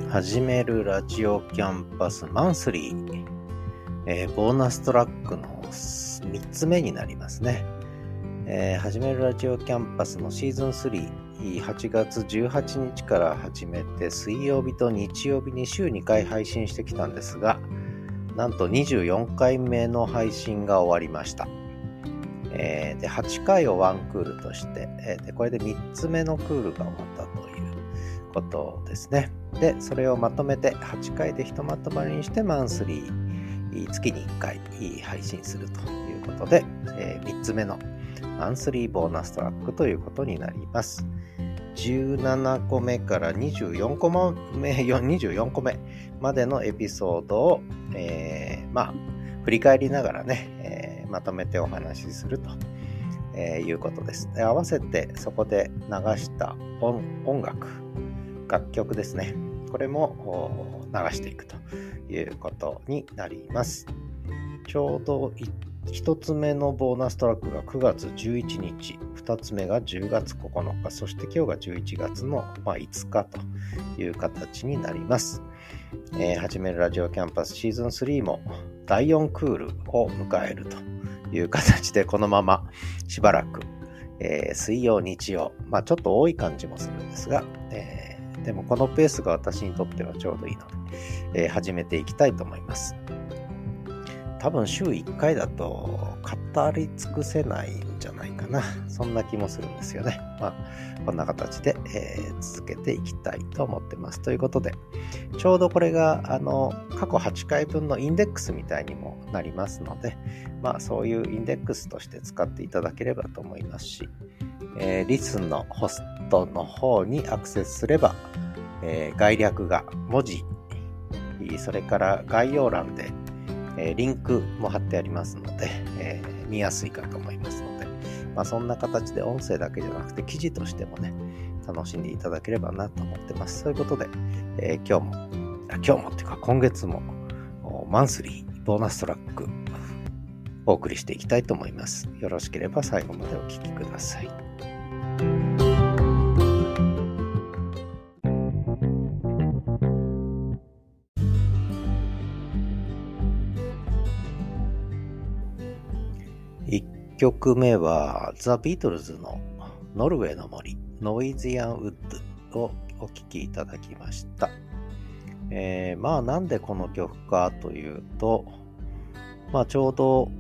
始めるラジオキャンパスマンスリー、ボーナストラックの3つ目になりますね。始めるラジオキャンパスのシーズン3、8月18日から始めて、水曜日と日曜日に週2回配信してきたんですが、なんと24回目の配信が終わりました。で8回をワンクールとして、でこれで3つ目のクールが終わったということですね。でそれをまとめて8回でひとまとまりにしてマンスリー月に1回配信するということで、3つ目のマンスリーボーナストラックということになります。17個目から24個目までのエピソードを、振り返りながらね、まとめてお話しすると、いうことです。で合わせてそこで流した音楽曲ですね。これも流していくということになります。ちょうど1つ目のボーナストラックが9月11日、2つ目が10月9日、そして今日が11月の5日という形になります。始めるラジオキャンパスシーズン3も第4クールを迎えるという形で、このまましばらく、水曜日曜、ちょっと多い感じもするんですが、でもこのペースが私にとってはちょうどいいので、始めていきたいと思います。多分週1回だと語り尽くせないんじゃないかな、そんな気もするんですよね。こんな形で、続けていきたいと思ってます。ということで、ちょうどこれが過去8回分のインデックスみたいにもなりますので、そういうインデックスとして使っていただければと思いますし、リスンのホストの方にアクセスすれば、概略が文字、それから概要欄でリンクも貼ってありますので、見やすいかと思いますので、そんな形で音声だけじゃなくて記事としてもね、楽しんでいただければなと思ってます。そういうことで、今日もっていうか今月もマンスリーボーナストラックお送りしていきたいと思います。よろしければ最後までお聞きください。1曲目はザ・ビートルズのノルウェーの森、ノイズ・アン・ウッドをお聴きいただきました。なんでこの曲かというと、ちょうど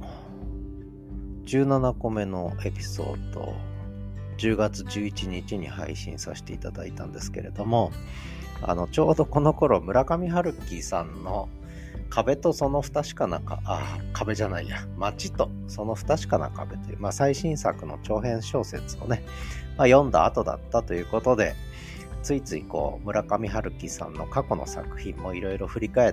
17個目のエピソード10月11日に配信させていただいたんですけれども、ちょうどこの頃村上春樹さんの壁とその不確かな街とその不確かな壁という、最新作の長編小説をね、読んだ後だったということで、ついつい村上春樹さんの過去の作品もいろいろ振り返って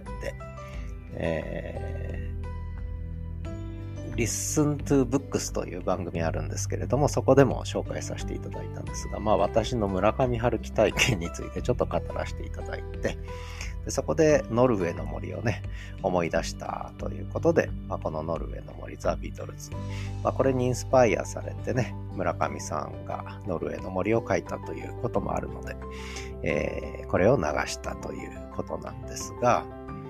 、Listen to Books という番組あるんですけれども、そこでも紹介させていただいたんですが、私の村上春樹体験についてちょっと語らせていただいて、でそこでノルウェーの森をね思い出したということで、このノルウェーの森ザ・ビートルズ、これにインスパイアされてね、村上さんがノルウェーの森を書いたということもあるので、これを流したということなんですが、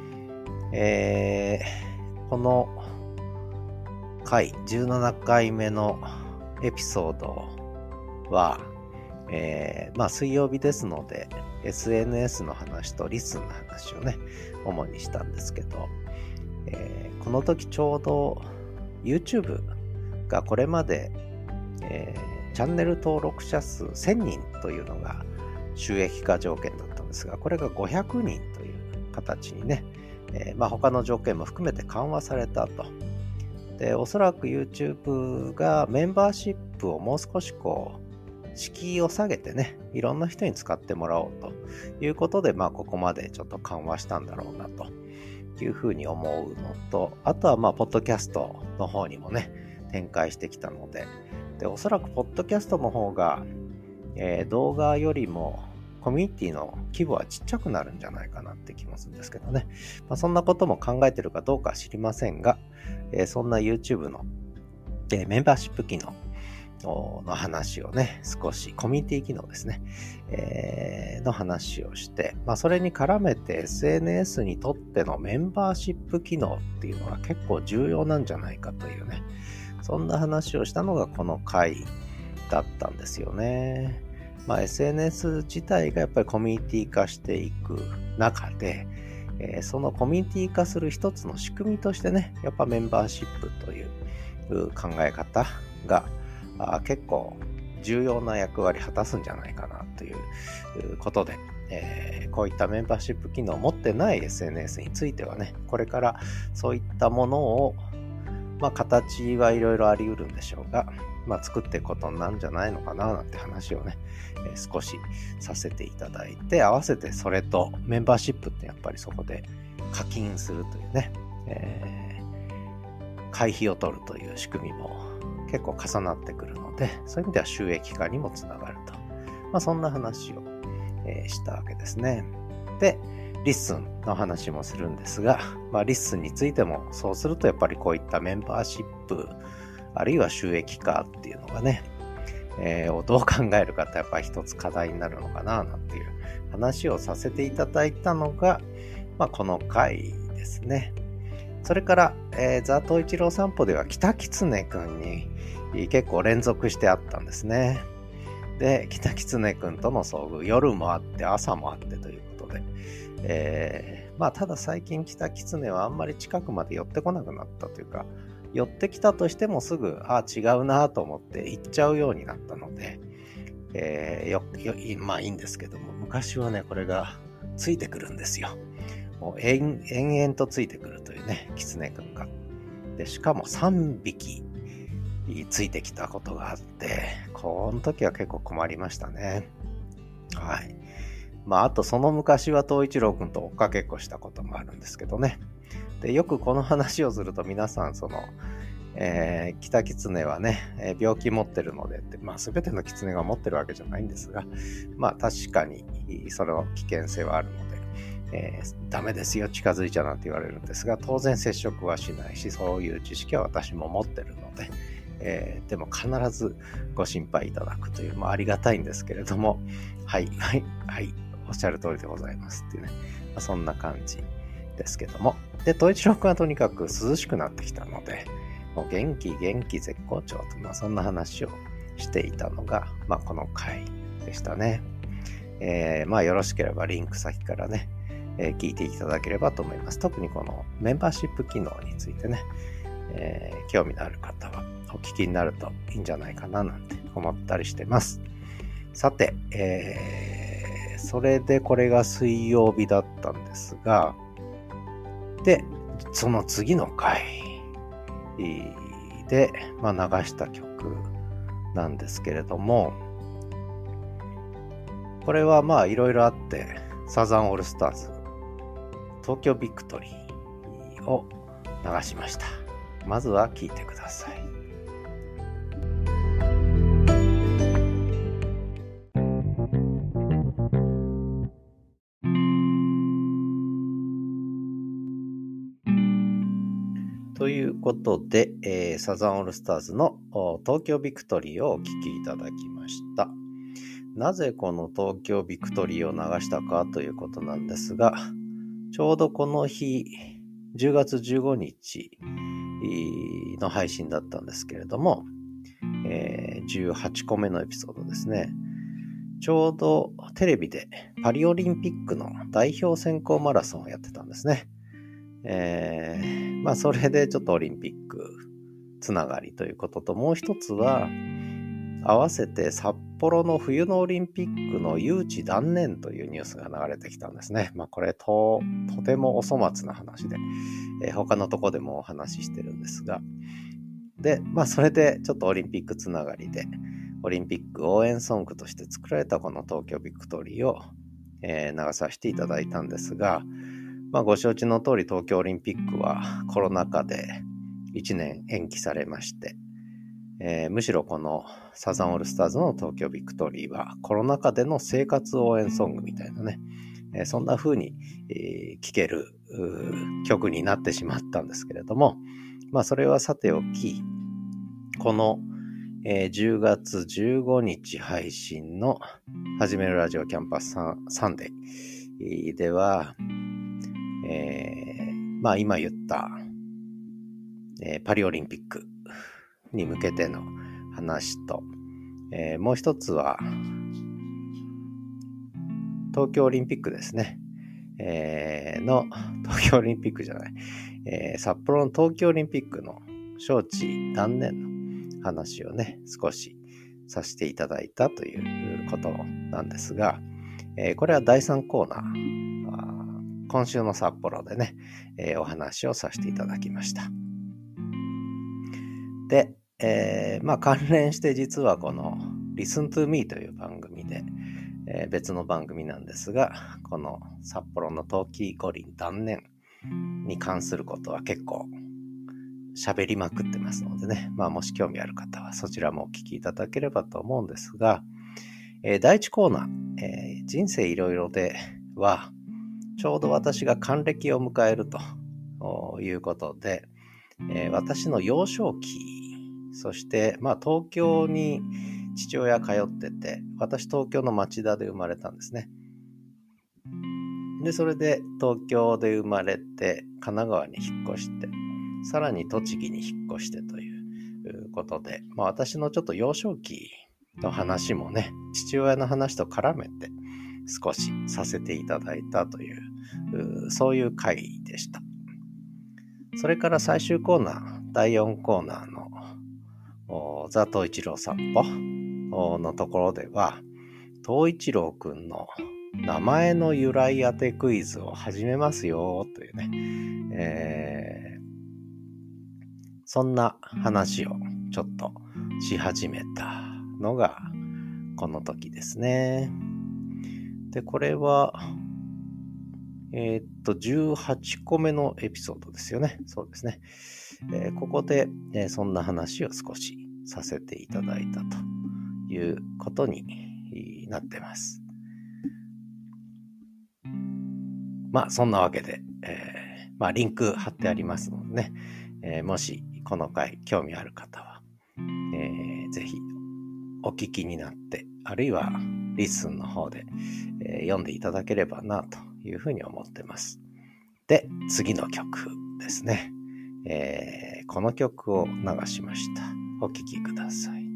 この回17回目のエピソードは、水曜日ですので SNS の話とリスンの話をね主にしたんですけど、この時ちょうど YouTube がこれまで、チャンネル登録者数1000人というのが収益化条件だったんですが、これが500人という形にね、他の条件も含めて緩和されたと。でおそらく YouTube がメンバーシップをもう少し敷居を下げてね、いろんな人に使ってもらおうということで、ここまでちょっと緩和したんだろうなというふうに思うのと、あとはポッドキャストの方にもね展開してきたので、おそらくポッドキャストの方が、動画よりもコミュニティの規模はちっちゃくなるんじゃないかなって気もするんですけどね、そんなことも考えてるかどうかは知りませんが、そんな YouTube の、メンバーシップ機能の話をね、少しコミュニティ機能ですね、の話をして、それに絡めて SNS にとってのメンバーシップ機能っていうのは結構重要なんじゃないかというね、そんな話をしたのがこの回だったんですよね。SNS 自体がやっぱりコミュニティ化していく中で、そのコミュニティ化する一つの仕組みとしてね、やっぱメンバーシップという考え方が結構重要な役割を果たすんじゃないかなということで、こういったメンバーシップ機能を持ってない SNS についてはね、これからそういったものを形はいろいろあり得るんでしょうが、作っていくことになるんじゃないのかななんて話をね、少しさせていただいて、合わせてそれとメンバーシップってやっぱりそこで課金するというね、会費を取るという仕組みも結構重なってくるので、そういう意味では収益化にもつながると。そんな話を、したわけですね。で、リッスンの話もするんですが、リッスンについてもそうするとやっぱりこういったメンバーシップ、あるいは収益化っていうのがね、をどう考えるかってやっぱり一つ課題になるのかななんていう話をさせていただいたのが、この回ですね。それから、ザ・トウイチロー散歩では北狐くんに結構連続してあったんですね。で、北狐くんとの遭遇、夜もあって朝もあってということで、ただ最近北狐はあんまり近くまで寄ってこなくなったというか、寄ってきたとしてもすぐ違うなと思って行っちゃうようになったので、いいんですけども、昔はねこれがついてくるんですよ。もう延々とついてくるというね、狐くんが。でしかも3匹ついてきたことがあって、この時は結構困りましたね。はい。あとその昔は東一郎くんと追っかけっこしたこともあるんですけどね。で、よくこの話をすると皆さん北狐はね、病気持ってるのでって、全ての狐が持ってるわけじゃないんですが、確かにその危険性はあるので、ダメですよ、近づいちゃなんて言われるんですが、当然接触はしないし、そういう知識は私も持ってるので、でも必ずご心配いただくという、ありがたいんですけれども、はい、おっしゃる通りでございますっていうね、そんな感じですけども。で、東一郎くんはとにかく涼しくなってきたので、もう元気絶好調と、そんな話をしていたのが、この回でしたね。よろしければリンク先からね、聞いていただければと思います。特にこのメンバーシップ機能についてね、興味のある方はお聞きになるといいんじゃないかななんて思ったりしてます。さて、それでこれが水曜日だったんですが、で、その次の回で、流した曲なんですけれども、これはいろいろあってサザンオールスターズ東京ビクトリーを流しました。まずは聴いてください。ということで、サザンオールスターズの東京ビクトリーをお聴きいただきました。なぜこの東京ビクトリーを流したかということなんですが、ちょうどこの日、10月15日の配信だったんですけれども、18個目のエピソードですね。ちょうどテレビでパリオリンピックの代表選考マラソンをやってたんですね。それでちょっとオリンピックつながりということと、もう一つは合わせて札幌の冬のオリンピックの誘致断念というニュースが流れてきたんですね。これとてもお粗末な話で、他のとこでもお話ししてるんですが、で、それでちょっとオリンピックつながりでオリンピック応援ソングとして作られたこの東京ビクトリーを、流させていただいたんですが、ご承知の通り東京オリンピックはコロナ禍で1年延期されまして、むしろこのサザンオールスターズの東京ビクトリーはコロナ禍での生活応援ソングみたいなね、そんな風に聴ける曲になってしまったんですけれども、それはさておき、この 10月15日配信の始めるラジオキャンパスサンデーでは、今言った、パリオリンピックに向けての話と、もう一つは東京オリンピックですね、東京オリンピックじゃない、札幌の冬季オリンピックの招致断念の話をね少しさせていただいたということなんですが、これは第3コーナー、今週の札幌でね、お話をさせていただきました。で、関連して実はこの Listen to Me という番組で、別の番組なんですが、この札幌の冬季五輪断念に関することは結構喋りまくってますのでね、もし興味ある方はそちらもお聞きいただければと思うんですが、第1コーナー、人生いろいろではちょうど私が還暦を迎えるということで、私の幼少期、そして東京に父親通ってて、私東京の町田で生まれたんですね。でそれで東京で生まれて神奈川に引っ越して、さらに栃木に引っ越してということで、私のちょっと幼少期の話もね、父親の話と絡めて少しさせていただいたという、そういう回でした。それから最終コーナー、第4コーナーのザ・東一郎散歩のところでは、東一郎くんの名前の由来当てクイズを始めますよというね、そんな話をちょっとし始めたのがこの時ですね。でこれは18個目のエピソードですよね。そうですね。ここで、そんな話を少しさせていただいたということになってます。そんなわけで、リンク貼ってありますのでね、もしこの回興味ある方は、ぜひお聞きになって、あるいはリッスンの方で、読んでいただければなというふうに思ってます。で、次の曲ですね。この曲を流しました。お聴きください。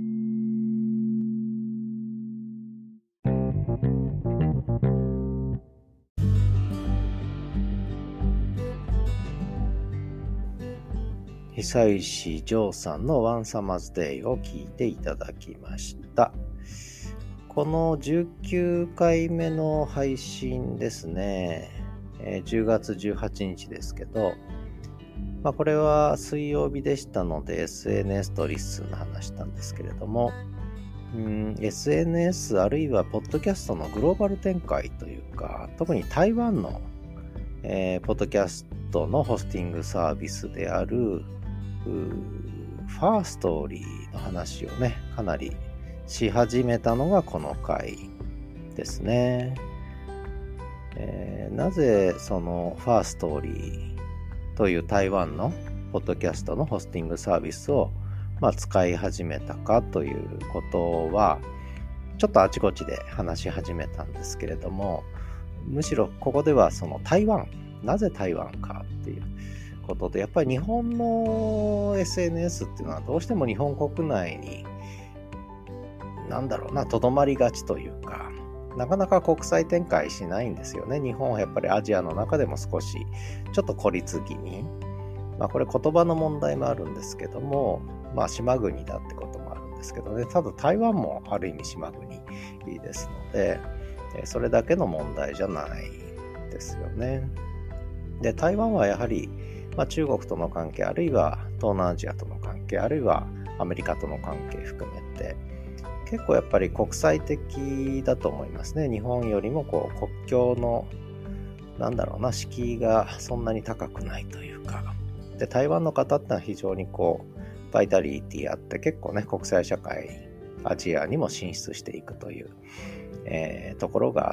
久石譲さんの One Summer's Day を聴いていただきました。この19回目の配信ですね、10月18日ですけど、これは水曜日でしたので SNS とリッスンの話したんですけれども、SNS あるいはポッドキャストのグローバル展開というか、特に台湾の、ポッドキャストのホスティングサービスであるファーストーリーの話をね、かなりし始めたのがこの回ですね。なぜそのファーストーリーという台湾のポッドキャストのホスティングサービスを使い始めたかということはちょっとあちこちで話し始めたんですけれども、むしろここではその台湾、なぜ台湾かっていうことで、やっぱり日本の SNS っていうのはどうしても日本国内にとどまりがちというか、なかなか国際展開しないんですよね。日本はやっぱりアジアの中でも少しちょっと孤立気味、これ言葉の問題もあるんですけども、島国だってこともあるんですけどね。ただ台湾もある意味島国ですので、それだけの問題じゃないですよね。で、台湾はやはり、中国との関係、あるいは東南アジアとの関係、あるいはアメリカとの関係含めて結構やっぱり国際的だと思いますね。日本よりも国境の敷居がそんなに高くないというか、で台湾の方ってのは非常にバイタリティあって結構ね、国際社会アジアにも進出していくという、ところがあって、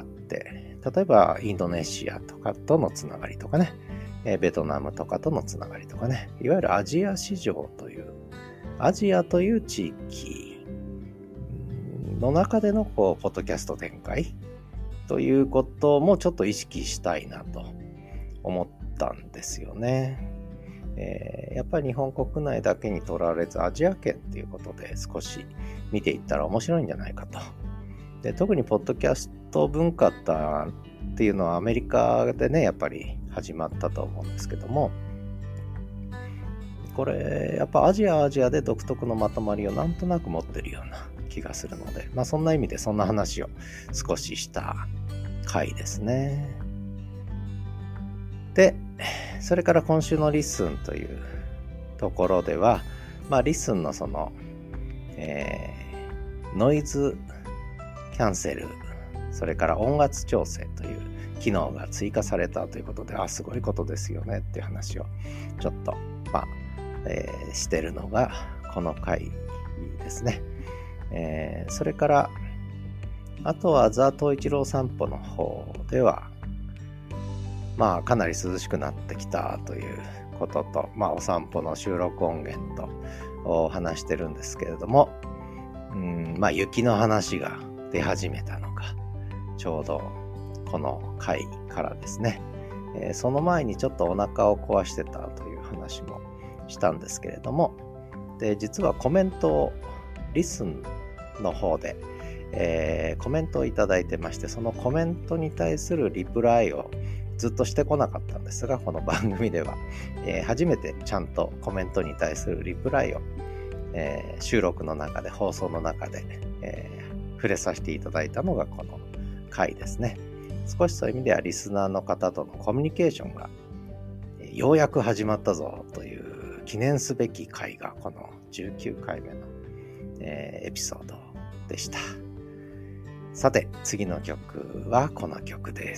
例えばインドネシアとかとのつながりとかね、ベトナムとかとのつながりとかね、いわゆるアジア市場というアジアという地域の中でのポッドキャスト展開ということもちょっと意識したいなと思ったんですよね。やっぱり日本国内だけにとらわれずアジア圏っていうことで少し見ていったら面白いんじゃないかと。で、特にポッドキャスト文化っていうのはアメリカでねやっぱり始まったと思うんですけども、これやっぱアジアで独特のまとまりをなんとなく持ってるような気がするので、そんな意味でそんな話を少しした回ですね。で、それから今週のリッスンというところでは、リッスンのその、ノイズキャンセル、それから音圧調整という機能が追加されたということで、すごいことですよねっていう話をちょっと、してるのがこの回ですね。それからあとはザ・東一郎散歩の方ではかなり涼しくなってきたということと、お散歩の収録音源と話してるんですけれども、雪の話が出始めたのがちょうどこの回からですね。その前にちょっとお腹を壊してたという話もしたんですけれども、で実はコメントをリスンの方で、コメントをいただいてまして、そのコメントに対するリプライをずっとしてこなかったんですが、この番組では、初めてちゃんとコメントに対するリプライを、収録の中で放送の中で、触れさせていただいたのがこの回ですね。少しそういう意味ではリスナーの方とのコミュニケーションが、ようやく始まったぞという記念すべき回がこの19回目の、エピソードでした。さて次の曲はこの曲です。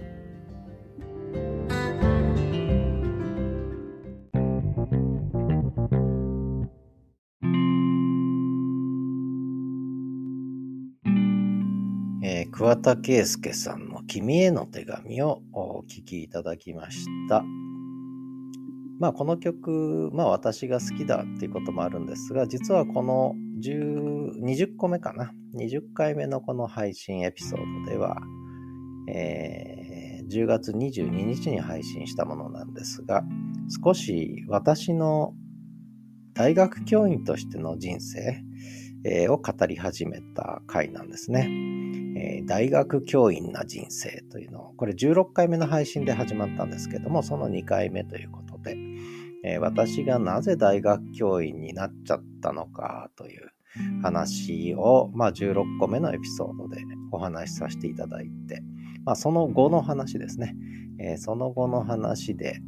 桑田佳祐さんの君への手紙をお聴きいただきました。この曲、私が好きだっていうこともあるんですが、実はこの20個目かな、20回目のこの配信エピソードでは、10月22日に配信したものなんですが、少し私の大学教員としての人生、を語り始めた回なんですね。大学教員な人生というのを、これ16回目の配信で始まったんですけども、その2回目ということで、私がなぜ大学教員になっちゃったのかという話を、16個目のエピソードでお話しさせていただいて、その後の話ですね。その後の話で、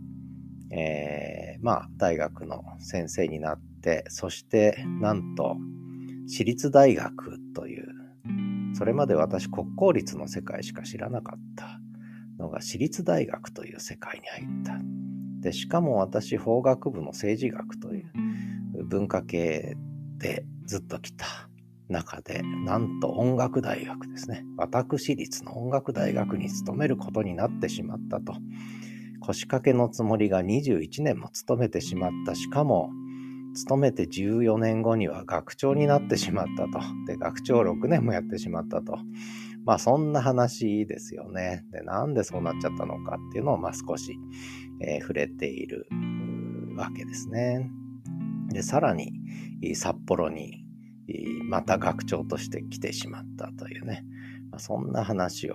大学の先生になって、そしてなんと私立大学という、それまで私国公立の世界しか知らなかったのが私立大学という世界に入った。でしかも私法学部の政治学という文化系でずっと来た中で、なんと音楽大学ですね、私立の音楽大学に勤めることになってしまったと。腰掛けのつもりが21年も勤めてしまった。しかも勤めて14年後には学長になってしまったと。で、学長6年もやってしまったと。そんな話ですよね。で、なんでそうなっちゃったのかっていうのを少し、触れているわけですね。で、さらに札幌にまた学長として来てしまったというね、そんな話を、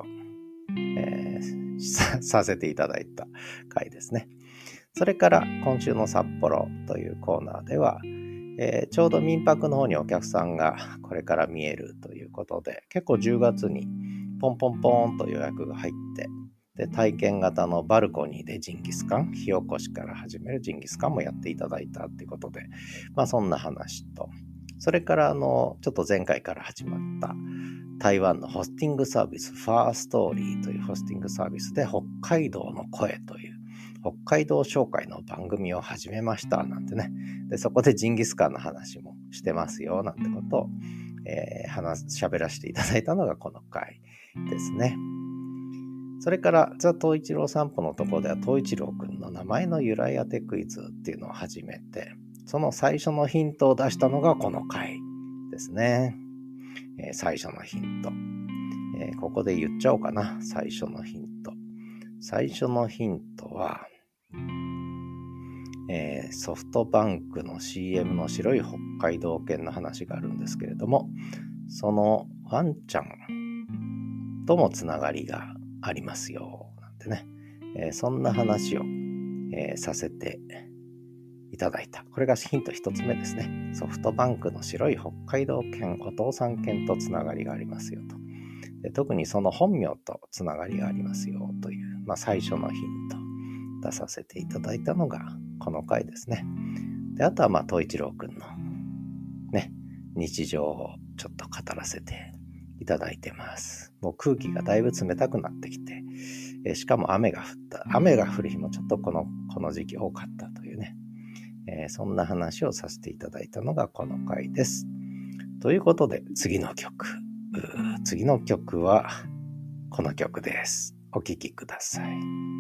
させていただいた回ですね。それから今週の札幌というコーナーでは、ちょうど民泊の方にお客さんがこれから見えるということで、結構10月にポンポンポーンと予約が入って、で体験型のバルコニーでジンギスカン、火起こしから始めるジンギスカンもやっていただいたということで、そんな話と、それからちょっと前回から始まった台湾のホスティングサービス、ファーストーリーというホスティングサービスで北海道の声という北海道紹介の番組を始めましたなんてね。で、そこでジンギスカンの話もしてますよなんてことを、喋らせていただいたのがこの回ですね。それからザ・東一郎散歩のところでは東一郎くんの名前の由来当てクイズっていうのを始めて、 その最初のヒントを出したのがこの回ですね。最初のヒント。ここで言っちゃおうかな。最初のヒント。最初のヒントは、ソフトバンクの CM の白い北海道犬の話があるんですけれども、そのワンちゃんともつながりがありますよなんてね、そんな話を、させていただいた。これがヒント一つ目ですね。ソフトバンクの白い北海道犬、お父さん犬とつながりがありますよと。で、特にその本名とつながりがありますよという、最初のヒント出させていただいたのがこの回ですね。で、あとは東一郎くんのね、日常をちょっと語らせていただいてます。もう空気がだいぶ冷たくなってきて、しかも雨が降る日もちょっとこの時期多かったというね、そんな話をさせていただいたのがこの回です。ということで次の曲はこの曲です。お聴きください。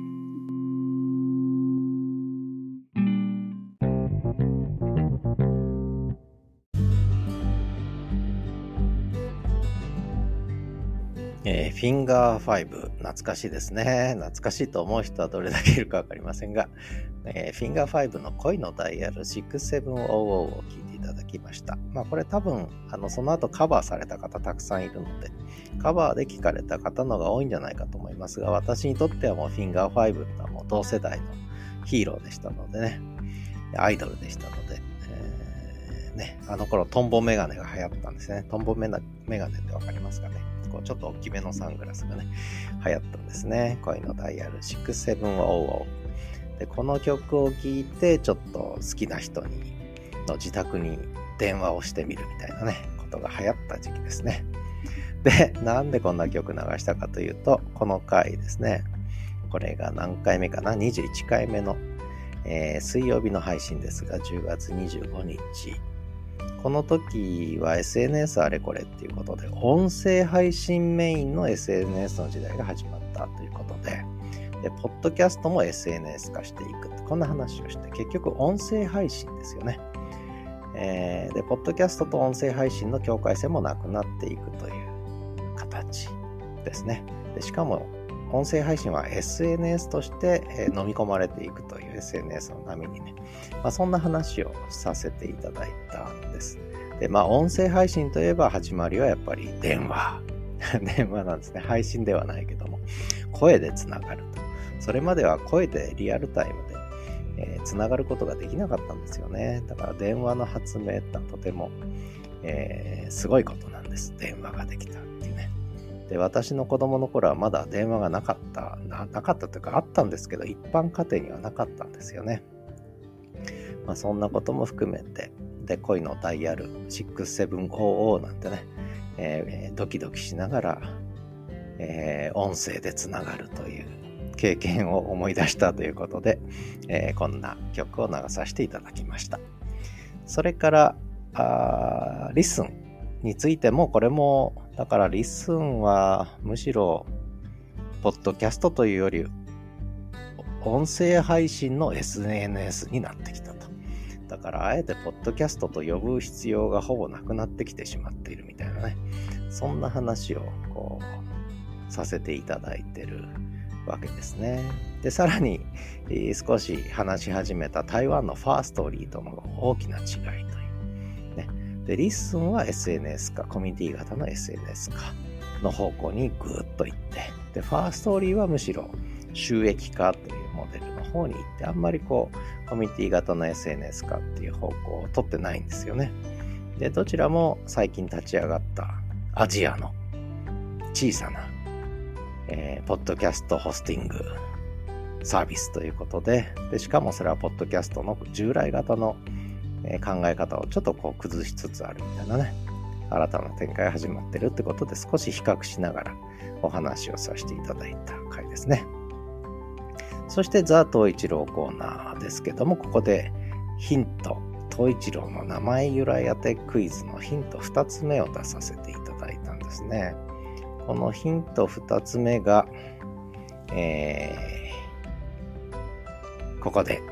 フィンガー5、懐かしいですね。懐かしいと思う人はどれだけいるかわかりませんが、フィンガー5の恋のダイヤル6700を聴いていただきました。これ多分その後カバーされた方たくさんいるので、カバーで聴かれた方のが多いんじゃないかと思いますが、私にとってはもうフィンガー5ってのはもう同世代のヒーローでしたのでね、アイドルでしたので、あの頃トンボメガネが流行ったんですね。トンボメガネってわかりますかね。ちょっと大きめのサングラスがね流行ったんですね。恋のダイヤル6700で、この曲を聴いてちょっと好きな人の自宅に電話をしてみるみたいなねことが流行った時期ですね。で、なんでこんな曲流したかというと、この回ですね、これが何回目かな、21回目の、水曜日の配信ですが、10月25日この時は SNS あれこれっていうことで、音声配信メインの SNS の時代が始まったということで、ポッドキャストも SNS 化していく。こんな話をして、結局音声配信ですよね。で、ポッドキャストと音声配信の境界線もなくなっていくという形ですね。で、しかも音声配信は SNS として、飲み込まれていくという SNS の波にね、そんな話をさせていただいたんです。で、音声配信といえば始まりはやっぱり電話なんですね。配信ではないけども、声でつながると。それまでは声でリアルタイムで、つながることができなかったんですよね。だから電話の発明ってとても、すごいことなんです。電話ができたっていうね。で、私の子供の頃はまだ電話がなかったというかあったんですけど、一般家庭にはなかったんですよね。そんなことも含めて、で、恋のダイヤル6700なんてね、ドキドキしながら、音声でつながるという経験を思い出したということで、こんな曲を流させていただきました。それからリッスンについても、これもだからリッスンはむしろポッドキャストというより音声配信の SNS になってきたと。だからあえてポッドキャストと呼ぶ必要がほぼなくなってきてしまっているみたいなね、そんな話をさせていただいてるわけですね。で、さらに少し話し始めた台湾のファーストリーとの大きな違いというね。で、リッスンは SNS 化、コミュニティ型の SNS 化の方向にぐーっと行って、で、ファーストリーはむしろ収益化というモデルの方に行って、あんまりコミュニティ型の SNS 化っていう方向を取ってないんですよね。で、どちらも最近立ち上がったアジアの小さなポッドキャストホスティングサービスということで、しかもそれはポッドキャストの従来型の考え方をちょっと崩しつつあるみたいなね、新たな展開が始まってるってことで、少し比較しながらお話をさせていただいた回ですね。そしてザ・東一郎コーナーですけども、ここでヒント、東一郎の名前由来当てクイズのヒント2つ目を出させていただいたんですね。このヒント2つ目が、ここで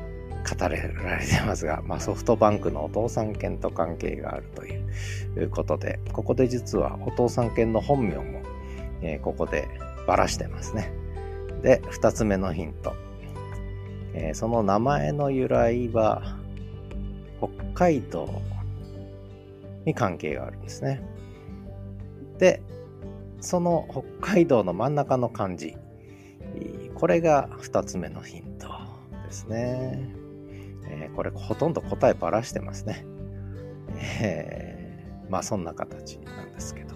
語られてますが、ソフトバンクのお父さん犬と関係があるということで、ここで実はお父さん犬の本名も、ここでばらしてますね。で、2つ目のヒント。その名前の由来は北海道に関係があるんですね。で、その北海道の真ん中の漢字、これが2つ目のヒントですね。これほとんど答えばらしてますね。そんな形なんですけど。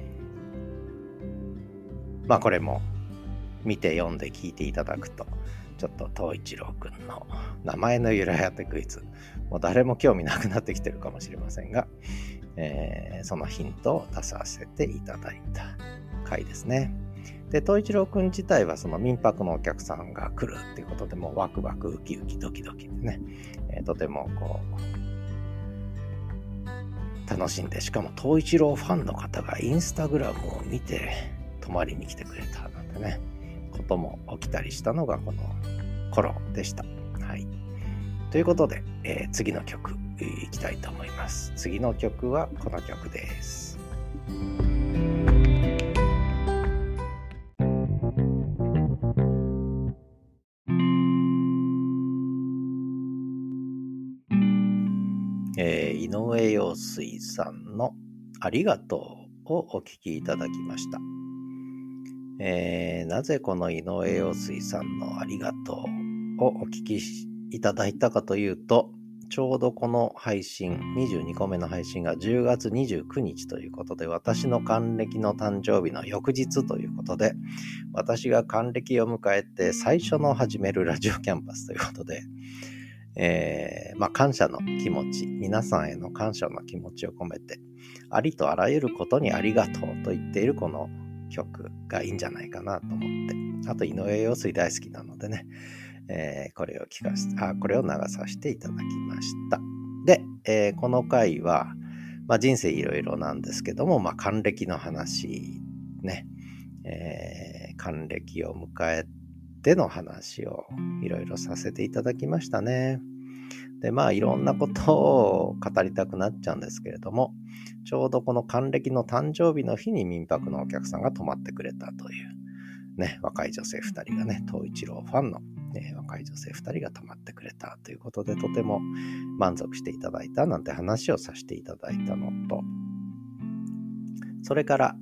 これも見て読んで聞いていただくと、ちょっと東一郎くんの名前の由来当てクイズ、もう誰も興味なくなってきてるかもしれませんが、そのヒントを出させていただいた回ですね。で、東一郎くん自体はその民泊のお客さんが来るっていうことでもうワクワクウキウキドキドキでね、とても楽しんで、しかも東一郎ファンの方がインスタグラムを見て泊まりに来てくれたなんてね、ことも起きたりしたのがこの頃でした。はい。ということで、次の曲いきたいと思います。次の曲はこの曲です。井上陽水さんのありがとうをお聴きいただきました。なぜこの井上陽水さんのありがとうをお聞きいただいたかというと、ちょうどこの配信、22個目の配信が10月29日ということで、私の還暦の誕生日の翌日ということで、私が還暦を迎えて最初の始めるラジオキャンパスということで、感謝の気持ち、皆さんへの感謝の気持ちを込めて、ありとあらゆることにありがとうと言っているこの曲がいいんじゃないかなと思って、あと井上陽水大好きなのでね、これを流させていただきました。で、この回は、人生いろいろなんですけども、還暦の話ね、還暦を迎えての話をいろいろさせていただきましたね。で、いろんなことを語りたくなっちゃうんですけれども、ちょうどこの還暦の誕生日の日に民泊のお客さんが泊まってくれたというね、若い女性2人がね、東一郎ファンの、若い女性2人が泊まってくれたということで、とても満足していただいたなんて話をさせていただいたのと、それから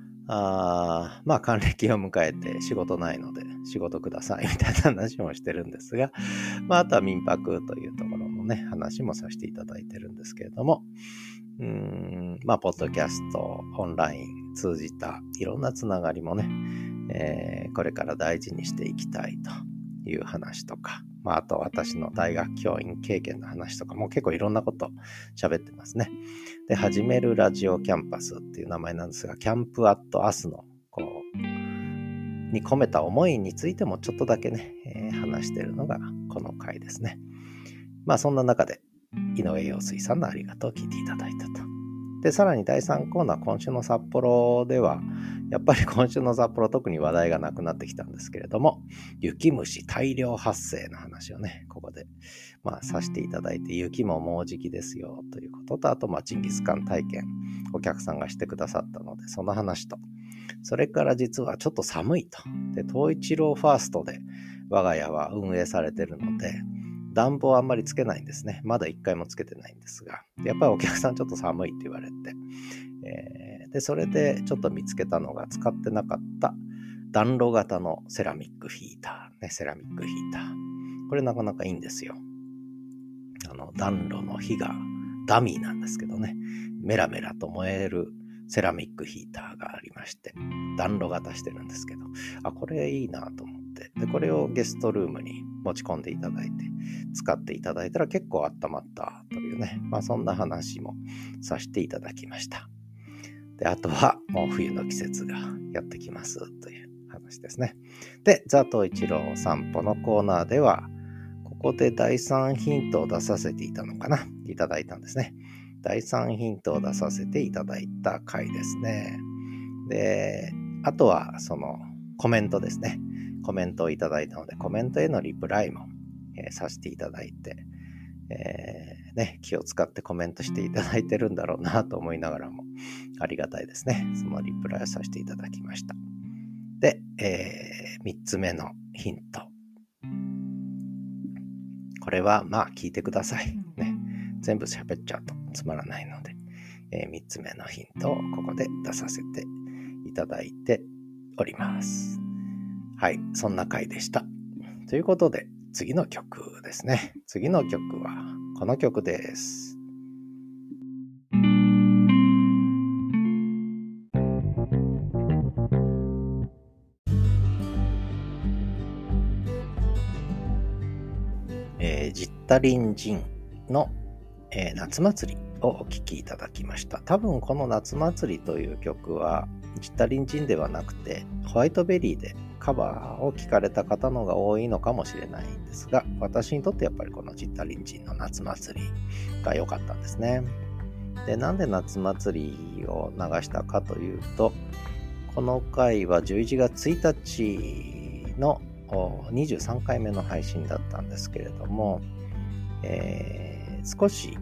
還暦を迎えて仕事ないので仕事くださいみたいな話もしてるんですが、あとは民泊というところのね、話もさせていただいてるんですけれども、ポッドキャスト、オンライン通じたいろんなつながりもね、これから大事にしていきたいという話とか、あと私の大学教員経験の話とかも結構いろんなこと喋ってますね。で、始めるラジオキャンパスっていう名前なんですが、キャンプアットアスのに込めた思いについてもちょっとだけね、話しているのがこの回ですね。そんな中で井上陽水さんのありがとうを聞いていただいたと。で、さらに第3コーナー、今週の札幌では、やっぱり今週の札幌特に話題がなくなってきたんですけれども、雪虫大量発生の話をね、ここでさせていただいて、雪ももうじきですよということと、あとジンギスカン体験お客さんがしてくださったので、その話と、それから実はちょっと寒いと。で、東一郎ファーストで我が家は運営されてるので、暖房あんまりつけないんですね。まだ1回もつけてないんですが、やっぱりお客さんちょっと寒いって言われて、で、それでちょっと見つけたのが使ってなかった暖炉型のセラミックヒーター、セラミックヒーター。これなかなかいいんですよ。暖炉の火がダミーなんですけどね、メラメラと燃えるセラミックヒーターがありまして、暖炉型してるんですけど、これいいなと思って、で、これをゲストルームに持ち込んでいただいて、使っていただいたら結構温まったというね、そんな話もさせていただきました。で、あとはもう冬の季節がやってきますという話ですね。で、ザ・東一郎散歩のコーナーでは、ここで第3ヒントを出させていたのかな、いただいたんですね。第3ヒントを出させていただいた回ですね。で、あとはそのコメントですね。コメントをいただいたので、コメントへのリプライも、 させていただいて、気を使ってコメントしていただいてるんだろうなと思いながらもありがたいですね。そのリプライをさせていただきました。で、3つ目のヒント。これは聞いてください。ね。全部喋っちゃうとつまらないので、3つ目のヒントをここで出させていただいております。はい、そんな回でした。ということで、次の曲ですね。次の曲はこの曲です。ジッタリンジンの、夏祭りをお聴きいただきました。多分この夏祭りという曲はジッタリンジンではなくてホワイトベリーでカバーを聴かれた方のが多いのかもしれないんですが、私にとってやっぱりこのジッタリンジンの夏祭りが良かったんですね。で、なんで夏祭りを流したかというと、この回は11月1日の23回目の配信だったんですけれども、少し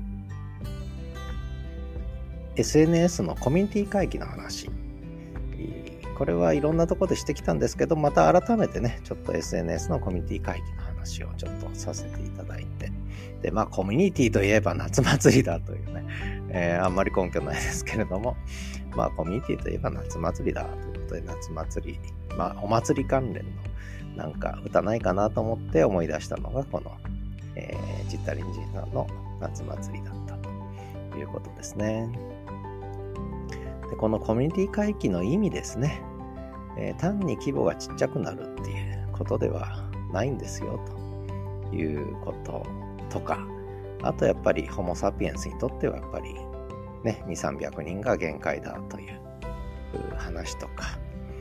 SNS のコミュニティ会議の話、これはいろんなところでしてきたんですけど、また改めてね、ちょっと SNS のコミュニティ会議の話をちょっとさせていただいて、で、コミュニティといえば夏祭りだというね、あんまり根拠ないですけれども、コミュニティといえば夏祭りだということで、夏祭り、お祭り関連のなんか歌ないかなと思って思い出したのがこの、ジッタリンジンさんの夏祭りだったということですね。で、このコミュニティ回帰の意味ですね、単に規模がちっちゃくなるっていうことではないんですよということとか、あとやっぱりホモサピエンスにとってはやっぱりね、200、300人が限界だという話とか、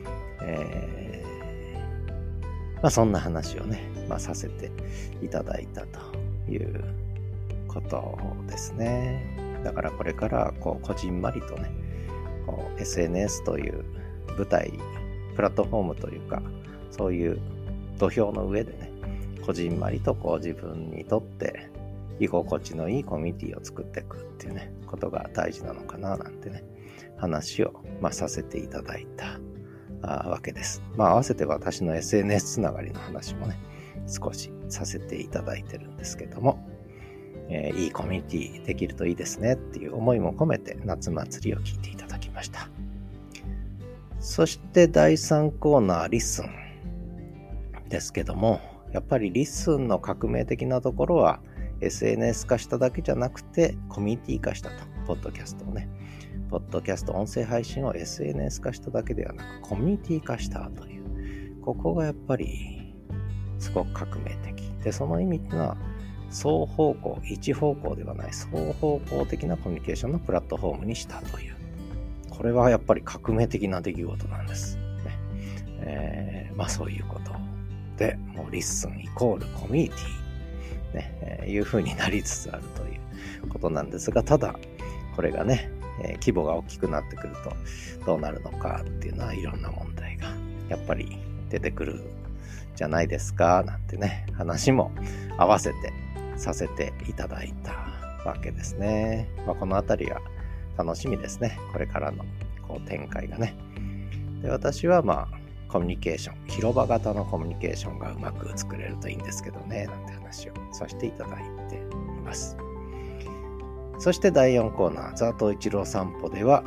そんな話をね、させていただいたということですね。だからこれからこじんまりとね、SNS という舞台、プラットフォームというか、そういう土俵の上でね、こじんまりと自分にとって居心地のいいコミュニティを作っていくっていうね、ことが大事なのかななんてね、話をさせていただいたわけです。合わせて私の SNS つながりの話もね、少しさせていただいてるんですけども、いいコミュニティできるといいですねっていう思いも込めて夏祭りを聞いていただきました。そして第3コーナー、リッスンですけども、やっぱりリッスンの革命的なところは SNS 化しただけじゃなくてコミュニティ化したと。ポッドキャストをね、ポッドキャスト音声配信を SNS 化しただけではなくコミュニティ化したという、ここがやっぱりすごく革命的で、その意味っていうのは双方向、一方向ではない双方向的なコミュニケーションのプラットフォームにしたという、これはやっぱり革命的な出来事なんですね。そういうことで、もうリッスンイコールコミュニティね、いう風になりつつあるということなんですが、ただこれがね、規模が大きくなってくるとどうなるのかっていうのはいろんな問題がやっぱり出てくるじゃないですかなんてね、話も合わせてさせていただいたわけですね。このあたりが楽しみですね。これからの展開がね。で、私はコミュニケーション、広場型のコミュニケーションがうまく作れるといいんですけどね、なんて話をさせていただいています。そして第4コーナー、ザートイチロー散歩では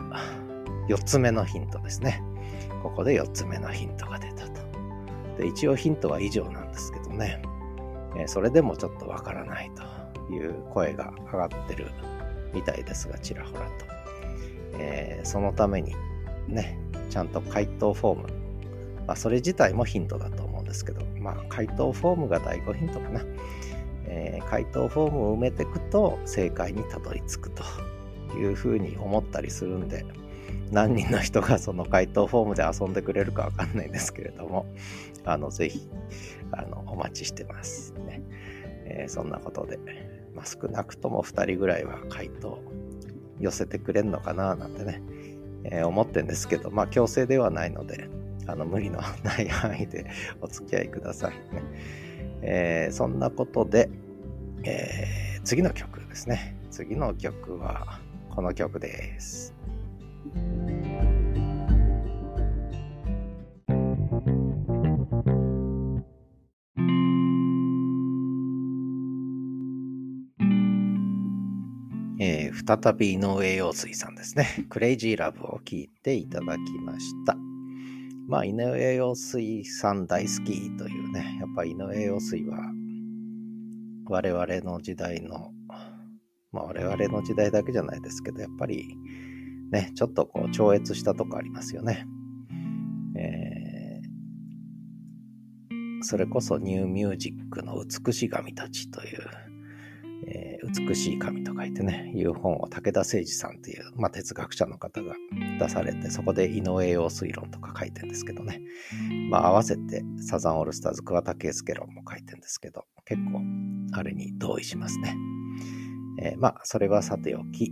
4つ目のヒントですね。ここで4つ目のヒントが出たと。で、一応ヒントは以上なんですけどね、それでもちょっとわからないという声が上がってるみたいですが、ちらほらと、そのためにね、ちゃんと回答フォーム、それ自体もヒントだと思うんですけど、回答フォームが第5ヒントかな。回答フォームを埋めていくと正解にたどり着くというふうに思ったりするんで、何人の人がその回答フォームで遊んでくれるかわかんないですけれども、ぜひお待ちしてますね。そんなことで、少なくとも2人ぐらいは回答寄せてくれるのかななんてね、思ってんですけど、強制ではないので無理のない範囲でお付き合いくださいね。 そんなことで、次の曲ですね。次の曲はこの曲です。再び井上陽水さんですね。クレイジーラブを聴いていただきました。井上陽水さん大好きというね、やっぱ井上陽水は我々の時代の、我々の時代だけじゃないですけど、やっぱりね、ちょっと超越したとこありますよね。それこそニューミュージックの美しい神たちという、美しい神と書いてね、いう本を武田誠司さんという、哲学者の方が出されて、そこで井上陽水論とか書いてるんですけどね。合わせてサザンオールスターズ桑田佳祐論も書いてるんですけど、結構あれに同意しますね。それはさておき、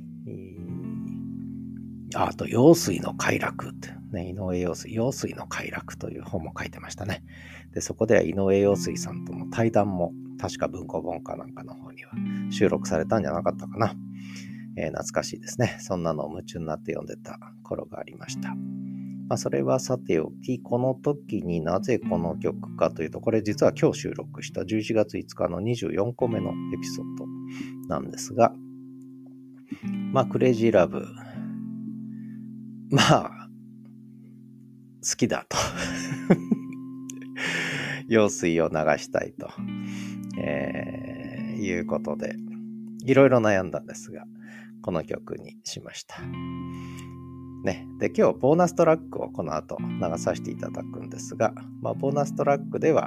あと陽水の快楽ってね、井上陽水の快楽という本も書いてましたね。で、そこでは井上陽水さんとの対談も確か文庫本かなんかの方には収録されたんじゃなかったかな。懐かしいですね。そんなのを夢中になって読んでた頃がありました。それはさておき、この時になぜこの曲かというと、これ実は今日収録した11月5日の24個目のエピソードなんですが、クレイジーラブ、好きだと陽水を流したいと、いうことでいろいろ悩んだんですが、この曲にしましたね。で、今日ボーナストラックをこの後流させていただくんですが、ボーナストラックでは、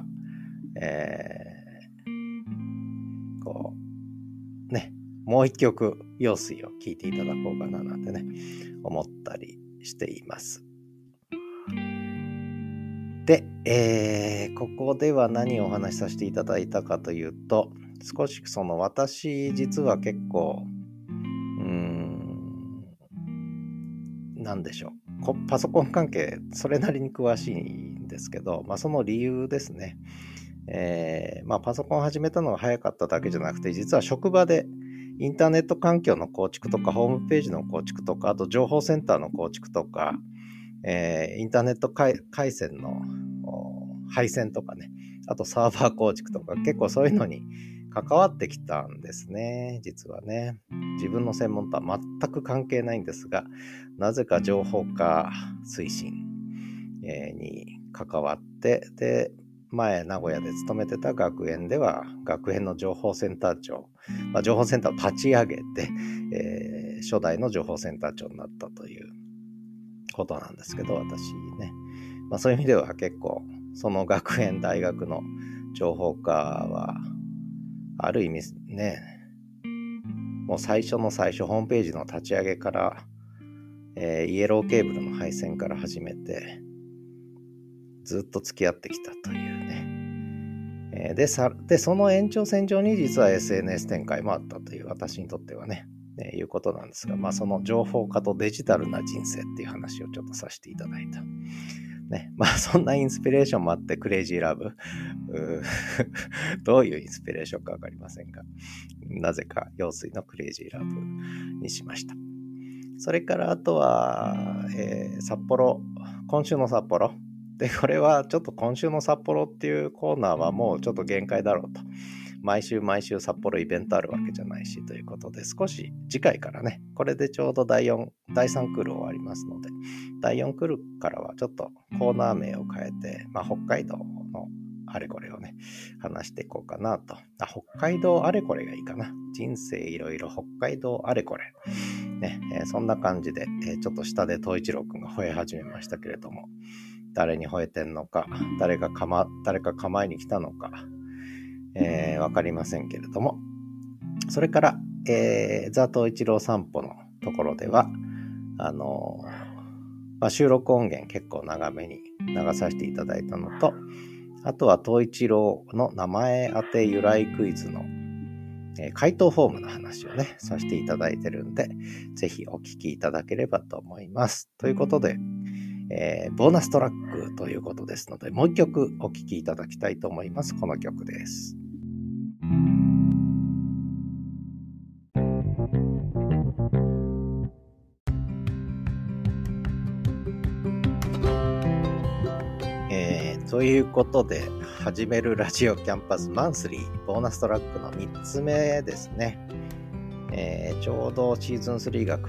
もう一曲陽水を聴いていただこうかななんてね思ったりしています。で、ここでは何をお話しさせていただいたかというと、少し私実は結構なんでしょう、パソコン関係それなりに詳しいんですけど、その理由ですね。パソコン始めたのが早かっただけじゃなくて、実は職場でインターネット環境の構築とかホームページの構築とか、あと情報センターの構築とか、インターネット回線の配線とかね、あとサーバー構築とか、結構そういうのに関わってきたんですね。実はね、自分の専門とは全く関係ないんですが、なぜか情報化推進に関わって、で、前名古屋で勤めてた学園では学園の情報センター長、情報センターを立ち上げて、初代の情報センター長になったということなんですけど、私ね、そういう意味では結構その学園大学の情報化はある意味ね、もう最初の最初、ホームページの立ち上げから、イエローケーブルの配線から始めてずっと付き合ってきたというね、でその延長線上に実は SNS 展開もあったという、私にとってはね、いうことなんですが、その情報化とデジタルな人生っていう話をちょっとさせていただいたね。そんなインスピレーションもあってクレイジーラブどういうインスピレーションかわかりませんが、なぜか陽水のクレイジーラブにしました。それからあとは、札幌、今週の札幌で、これはちょっと今週の札幌っていうコーナーはもうちょっと限界だろうと。毎週札幌イベントあるわけじゃないしということで、少し次回からね、これでちょうど第3クール終わりますので、第4クールからはちょっとコーナー名を変えて、北海道のあれこれをね、話していこうかなと。北海道あれこれがいいかな。人生いろいろ北海道あれこれ。ね、そんな感じで、ちょっと下で東一郎くんが吠え始めましたけれども、誰に吠えてんのか、誰か構えに来たのか、わかりませんけれども、それから、ザ・東一郎散歩のところでは、収録音源結構長めに流させていただいたのと、あとは東一郎の名前当て由来クイズの、回答フォームの話をねさせていただいてるんで、ぜひお聞きいただければと思います。ということで、 ボーナストラックということですので、もう一曲お聴きいただきたいと思います。この曲です。ということで、始めるラジオキャンパスマンスリーボーナストラックの3つ目ですね。ちょうどシーズン3が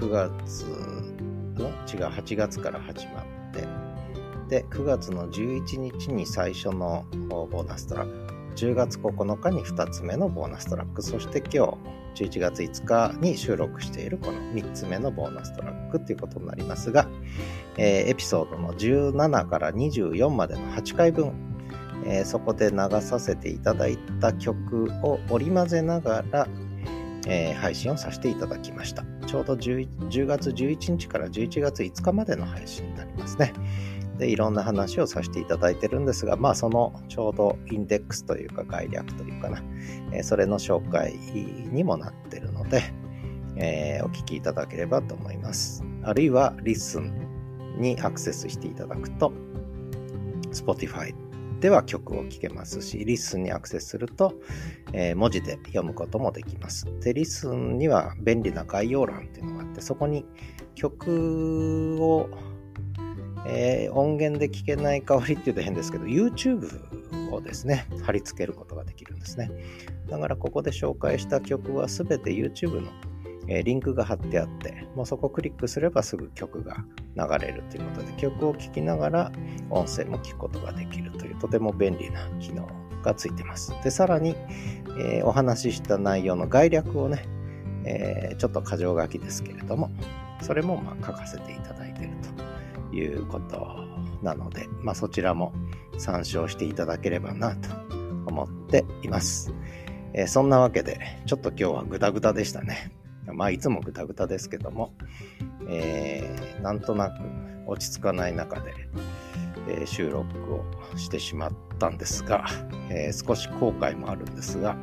8月から始まって、で、9月の11日に最初のボーナストラック、10月9日に2つ目のボーナストラック、そして今日11月5日に収録しているこの3つ目のボーナストラックということになりますが、エピソードの17から24までの8回分、そこで流させていただいた曲を織り交ぜながら、配信をさせていただきました。ちょうど 10月11日から11月5日までの配信になりますね。で、いろんな話をさせていただいてるんですが、そのちょうどインデックスというか概略というかな、それの紹介にもなってるので、お聞きいただければと思います。あるいはリスンにアクセスしていただくと Spotify では曲を聴けますし、リスンにアクセスすると、文字で読むこともできます。で、リスンには便利な概要欄っていうのがあって、そこに曲を、音源で聴けない代わりっていうと変ですけど、YouTube をですね貼り付けることができるんですね。だからここで紹介した曲はすべて YouTube のリンクが貼ってあって、もうそこをクリックすればすぐ曲が流れるということで、曲を聴きながら音声も聞くことができるというとても便利な機能がついてます。で、さらに、お話しした内容の概略をね、ちょっと箇条書きですけれども、それも書かせていただいているということなので、そちらも参照していただければなと思っています。そんなわけでちょっと今日はグダグダでしたね。いつもグダグダですけども、なんとなく落ち着かない中で、収録をしてしまったんですが、少し後悔もあるんですが、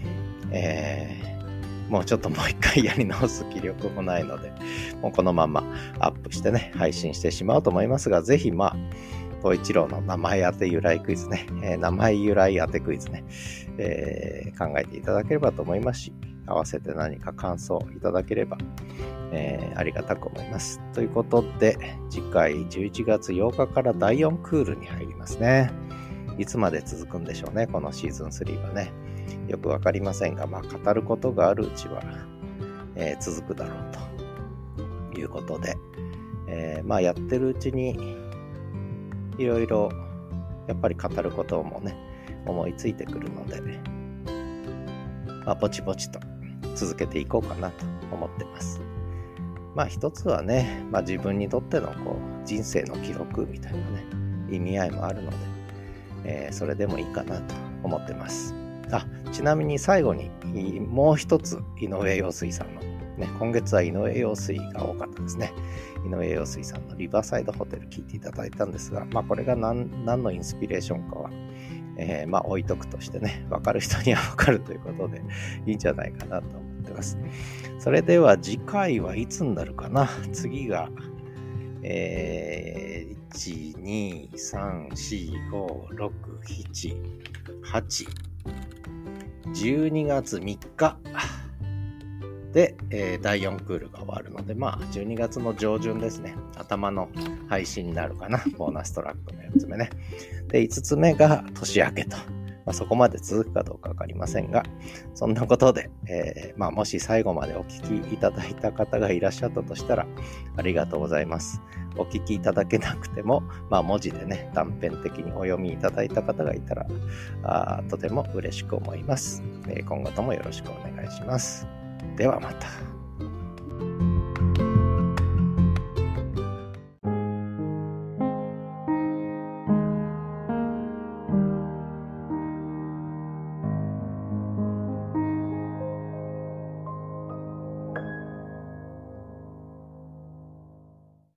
もうちょっともう一回やり直す気力もないので、もうこのままアップしてね、配信してしまおうと思いますが、ぜひ東一郎の名前当て由来クイズね、名前由来当てクイズね、考えていただければと思いますし、合わせて何か感想いただければ、ありがたく思います。ということで、次回11月8日から第4クールに入りますね。いつまで続くんでしょうね、このシーズン3はね。よくわかりませんが、語ることがあるうちは、続くだろうということで、やってるうちにいろいろやっぱり語ることもね、思いついてくるので、ぼちぼちと続けていこうかなと思ってます。一つはね、自分にとっての人生の記録みたいなね、意味合いもあるので、それでもいいかなと思ってます。ちなみに最後にもう一つ井上陽水さんのね、今月は井上陽水が多かったですね。井上陽水さんのリバーサイドホテル聞いていただいたんですが、これが何のインスピレーションかは、置いとくとしてね、分かる人には分かるということでいいんじゃないかなと思ってます。それでは次回はいつになるかな。次が、1、2、3、4、5、6、7、8、12月3日で、第4クールが終わるので、12月の上旬ですね。頭の配信になるかな。ボーナストラックの4つ目ね。で、5つ目が年明けと。そこまで続くかどうかわかりませんが、そんなことで、もし最後までお聞きいただいた方がいらっしゃったとしたら、ありがとうございます。お聞きいただけなくても、文字でね、断片的にお読みいただいた方がいたら、とても嬉しく思います。今後ともよろしくお願いします。ではまた。